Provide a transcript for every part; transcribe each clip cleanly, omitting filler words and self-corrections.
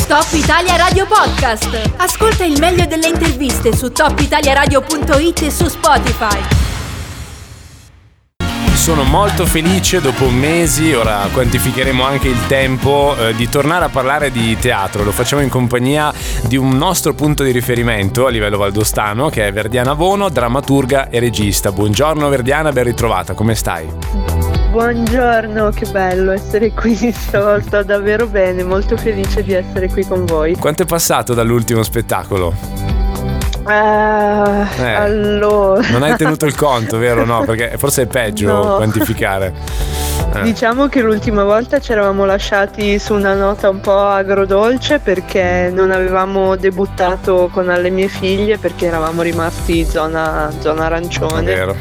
Top Italia Radio Podcast. Ascolta il meglio delle interviste su topitaliaradio.it e su Spotify. Sono molto felice dopo mesi, ora quantificheremo anche il tempo, di tornare a parlare di teatro. Lo facciamo in compagnia di un nostro punto di riferimento a livello valdostano, che è Verdiana Bono, drammaturga e regista. Buongiorno Verdiana, ben ritrovata, come stai? Buongiorno, che bello essere qui, sto davvero bene, molto felice di essere qui con voi. Quanto è passato dall'ultimo spettacolo? Allora... Non hai tenuto il conto, vero? No, perché forse è peggio quantificare. Diciamo che l'ultima volta ci eravamo lasciati su una nota un po' agrodolce, perché non avevamo debuttato con Alle mie figlie, perché eravamo rimasti zona arancione.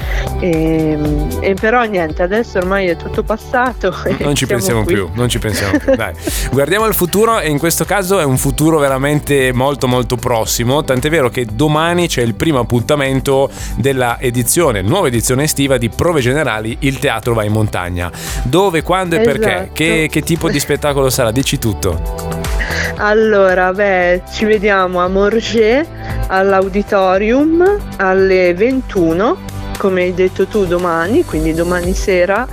E però niente, adesso ormai è tutto passato. Non ci pensiamo più. Dai, guardiamo al futuro, e in questo caso è un futuro veramente molto molto prossimo, tant'è vero che domani c'è il primo appuntamento della nuova edizione estiva di Prove Generali, Il teatro va in montagna. Dove, quando e perché? Che tipo di spettacolo sarà? Dici tutto. Allora, ci vediamo a Morges all'Auditorium alle 21, come hai detto tu, domani, quindi domani sera,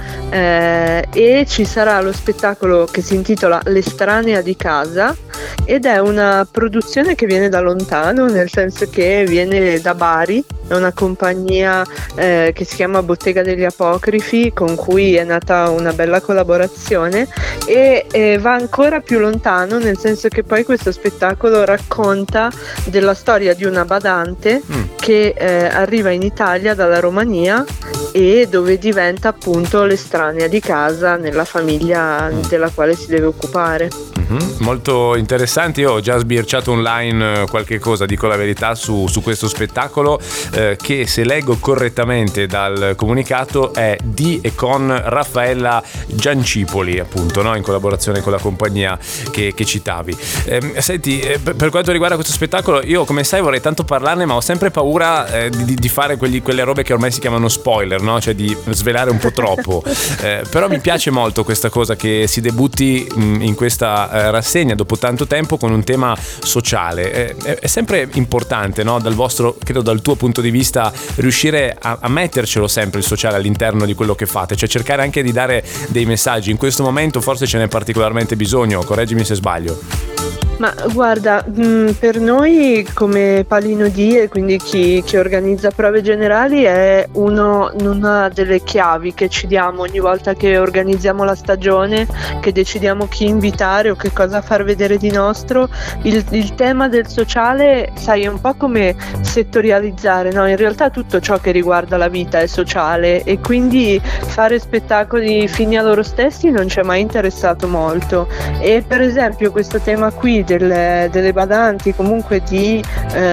e ci sarà lo spettacolo che si intitola L'estranea di casa, ed è una produzione che viene da lontano, nel senso che viene da Bari. È una compagnia che si chiama Bottega degli Apocrifi, con cui è nata una bella collaborazione, e va ancora più lontano, nel senso che poi questo spettacolo racconta della storia di una badante che arriva in Italia dalla Romania, e dove diventa appunto l'estranea di casa nella famiglia della quale si deve occupare. Molto interessante. Io ho già sbirciato online qualche cosa, dico la verità, su questo spettacolo, che, se leggo correttamente dal comunicato, è di e con Raffaella Giancipoli, appunto, no? In collaborazione con la compagnia che citavi. Senti, per quanto riguarda questo spettacolo, io, come sai, vorrei tanto parlarne, ma ho sempre paura di fare quelle robe che ormai si chiamano spoiler, no? Cioè di svelare un po' troppo. Però mi piace molto questa cosa, che si debutti in questa rassegna dopo tanto tempo con un tema sociale. È sempre importante, no? Credo dal tuo punto di vista, riuscire a mettercelo sempre il sociale all'interno di quello che fate, cioè cercare anche di dare dei messaggi. In questo momento forse ce n'è particolarmente bisogno, correggimi se sbaglio. Ma guarda, per noi come Palino D, e quindi chi organizza Prove Generali, è una delle chiavi che ci diamo ogni volta che organizziamo la stagione, che decidiamo chi invitare o che cosa far vedere di nostro. Il tema del sociale, sai, è un po' come settorializzare, no? In realtà tutto ciò che riguarda la vita è sociale, e quindi fare spettacoli fini a loro stessi non ci è mai interessato molto. E per esempio questo tema qui delle badanti, comunque di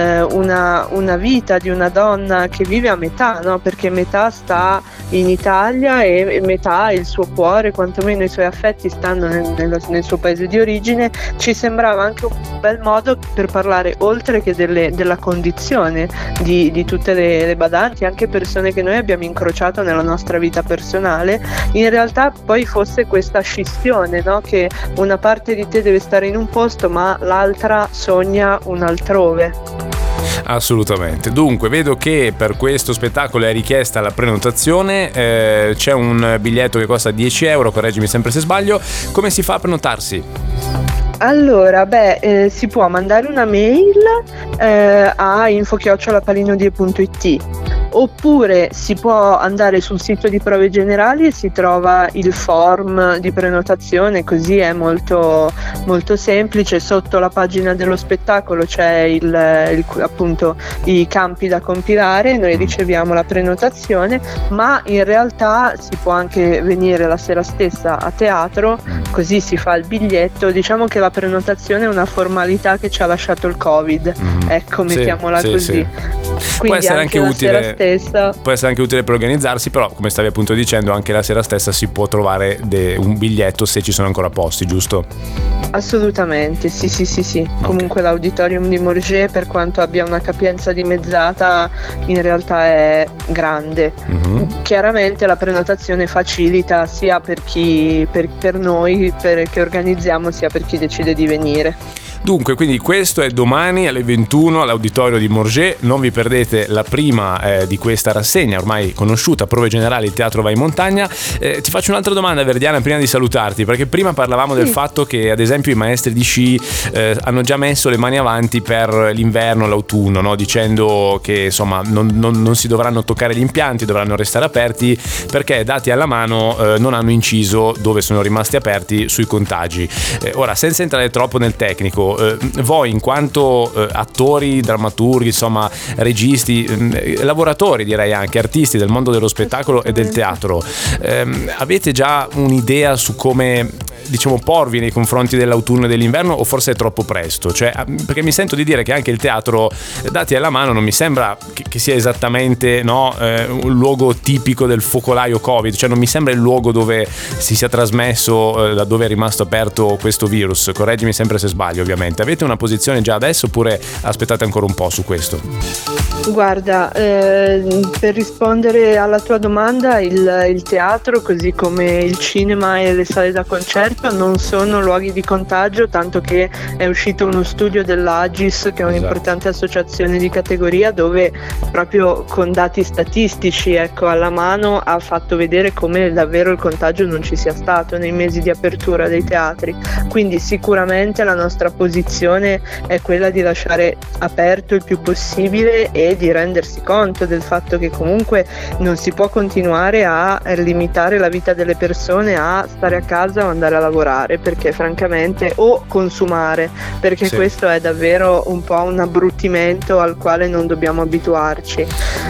una vita di una donna che vive a metà, no? Perché metà sta in Italia e metà il suo cuore, quantomeno i suoi affetti, stanno nel suo paese di origine. Ci sembrava anche un bel modo per parlare, oltre che della condizione di tutte le badanti, anche persone che noi abbiamo incrociato nella nostra vita personale. In realtà poi fosse questa scissione, no? Che una parte di te deve stare in un posto, ma l'altra sogna un altrove. Assolutamente. Dunque, vedo che per questo spettacolo è richiesta la prenotazione, c'è un biglietto che costa 10 euro, correggimi sempre se sbaglio. Come si fa a prenotarsi? Allora, si può mandare una mail a info@palinodie.it, oppure si può andare sul sito di Prove Generali e si trova il form di prenotazione, così è molto, molto semplice. Sotto la pagina dello spettacolo c'è appunto i campi da compilare, noi riceviamo la prenotazione, ma in realtà si può anche venire la sera stessa a teatro, così si fa il biglietto. Diciamo che la prenotazione è una formalità che ci ha lasciato il Covid, ecco, mettiamola così. Sì. Quindi può essere anche utile, stessa. Può essere anche utile per organizzarsi, però come stavi appunto dicendo, anche la sera stessa si può trovare un biglietto, se ci sono ancora posti, giusto? Assolutamente, sì. Okay. Comunque l'Auditorium di Morges, per quanto abbia una capienza dimezzata, in realtà è grande. Chiaramente la prenotazione facilita sia per noi che organizziamo, sia per chi decide di venire. Dunque, quindi questo è domani alle 21 all'Auditorio di Morges. Non vi perdete la prima di questa rassegna ormai conosciuta, Prove Generali, il teatro va in montagna. Ti faccio un'altra domanda, Verdiana, prima di salutarti, perché prima parlavamo del fatto che ad esempio i maestri di sci hanno già messo le mani avanti per l'inverno, l'autunno, no? Dicendo che insomma non si dovranno toccare gli impianti, dovranno restare aperti, perché dati alla mano non hanno inciso, dove sono rimasti aperti, sui contagi. Ora, senza entrare troppo nel tecnico, voi in quanto attori, drammaturghi, insomma registi, lavoratori, direi anche artisti del mondo dello spettacolo e del teatro, avete già un'idea su come, diciamo, porvi nei confronti dell'autunno e dell'inverno, o forse è troppo presto? Cioè, perché mi sento di dire che anche il teatro, dati alla mano, non mi sembra che sia esattamente, no, un luogo tipico del focolaio Covid, cioè non mi sembra il luogo dove si sia trasmesso, da dove è rimasto aperto questo virus. Correggimi sempre se sbaglio, ovviamente. Avete una posizione già adesso oppure aspettate ancora un po' su questo? Guarda, per rispondere alla tua domanda, il teatro, così come il cinema e le sale da concerto, non sono luoghi di contagio, tanto che è uscito uno studio dell'Agis, che è un'importante associazione di categoria, dove proprio con dati statistici, ecco, alla mano, ha fatto vedere come davvero il contagio non ci sia stato nei mesi di apertura dei teatri. Quindi sicuramente la nostra posizione è quella di lasciare aperto il più possibile e di rendersi conto del fatto che comunque non si può continuare a limitare la vita delle persone a stare a casa o andare a lavorare, perché francamente, o consumare, perché sì, questo è davvero un po' un abbruttimento al quale non dobbiamo abituarci.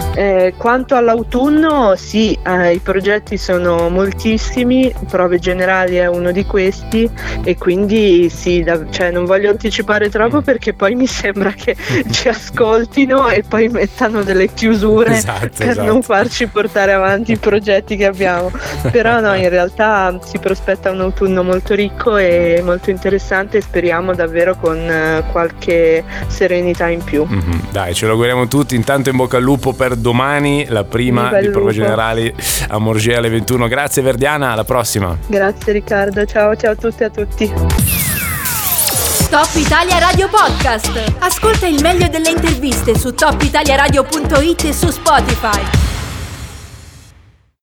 Quanto all'autunno, sì, i progetti sono moltissimi, Prove Generali è uno di questi, e quindi sì, cioè non voglio anticipare troppo, perché poi mi sembra che ci ascoltino e poi mettano delle chiusure per non farci portare avanti i progetti che abbiamo. Però no, in realtà si prospetta un autunno molto ricco e molto interessante, e speriamo davvero con qualche serenità in più. Dai, ce lo auguriamo tutti. Intanto in bocca al lupo per domani, la prima di Prove Generali a Morges alle 21. Grazie Verdiana, alla prossima. Grazie Riccardo, ciao a tutte e a tutti. Top Italia Radio Podcast. Ascolta il meglio delle interviste su topitaliaradio.it e su Spotify.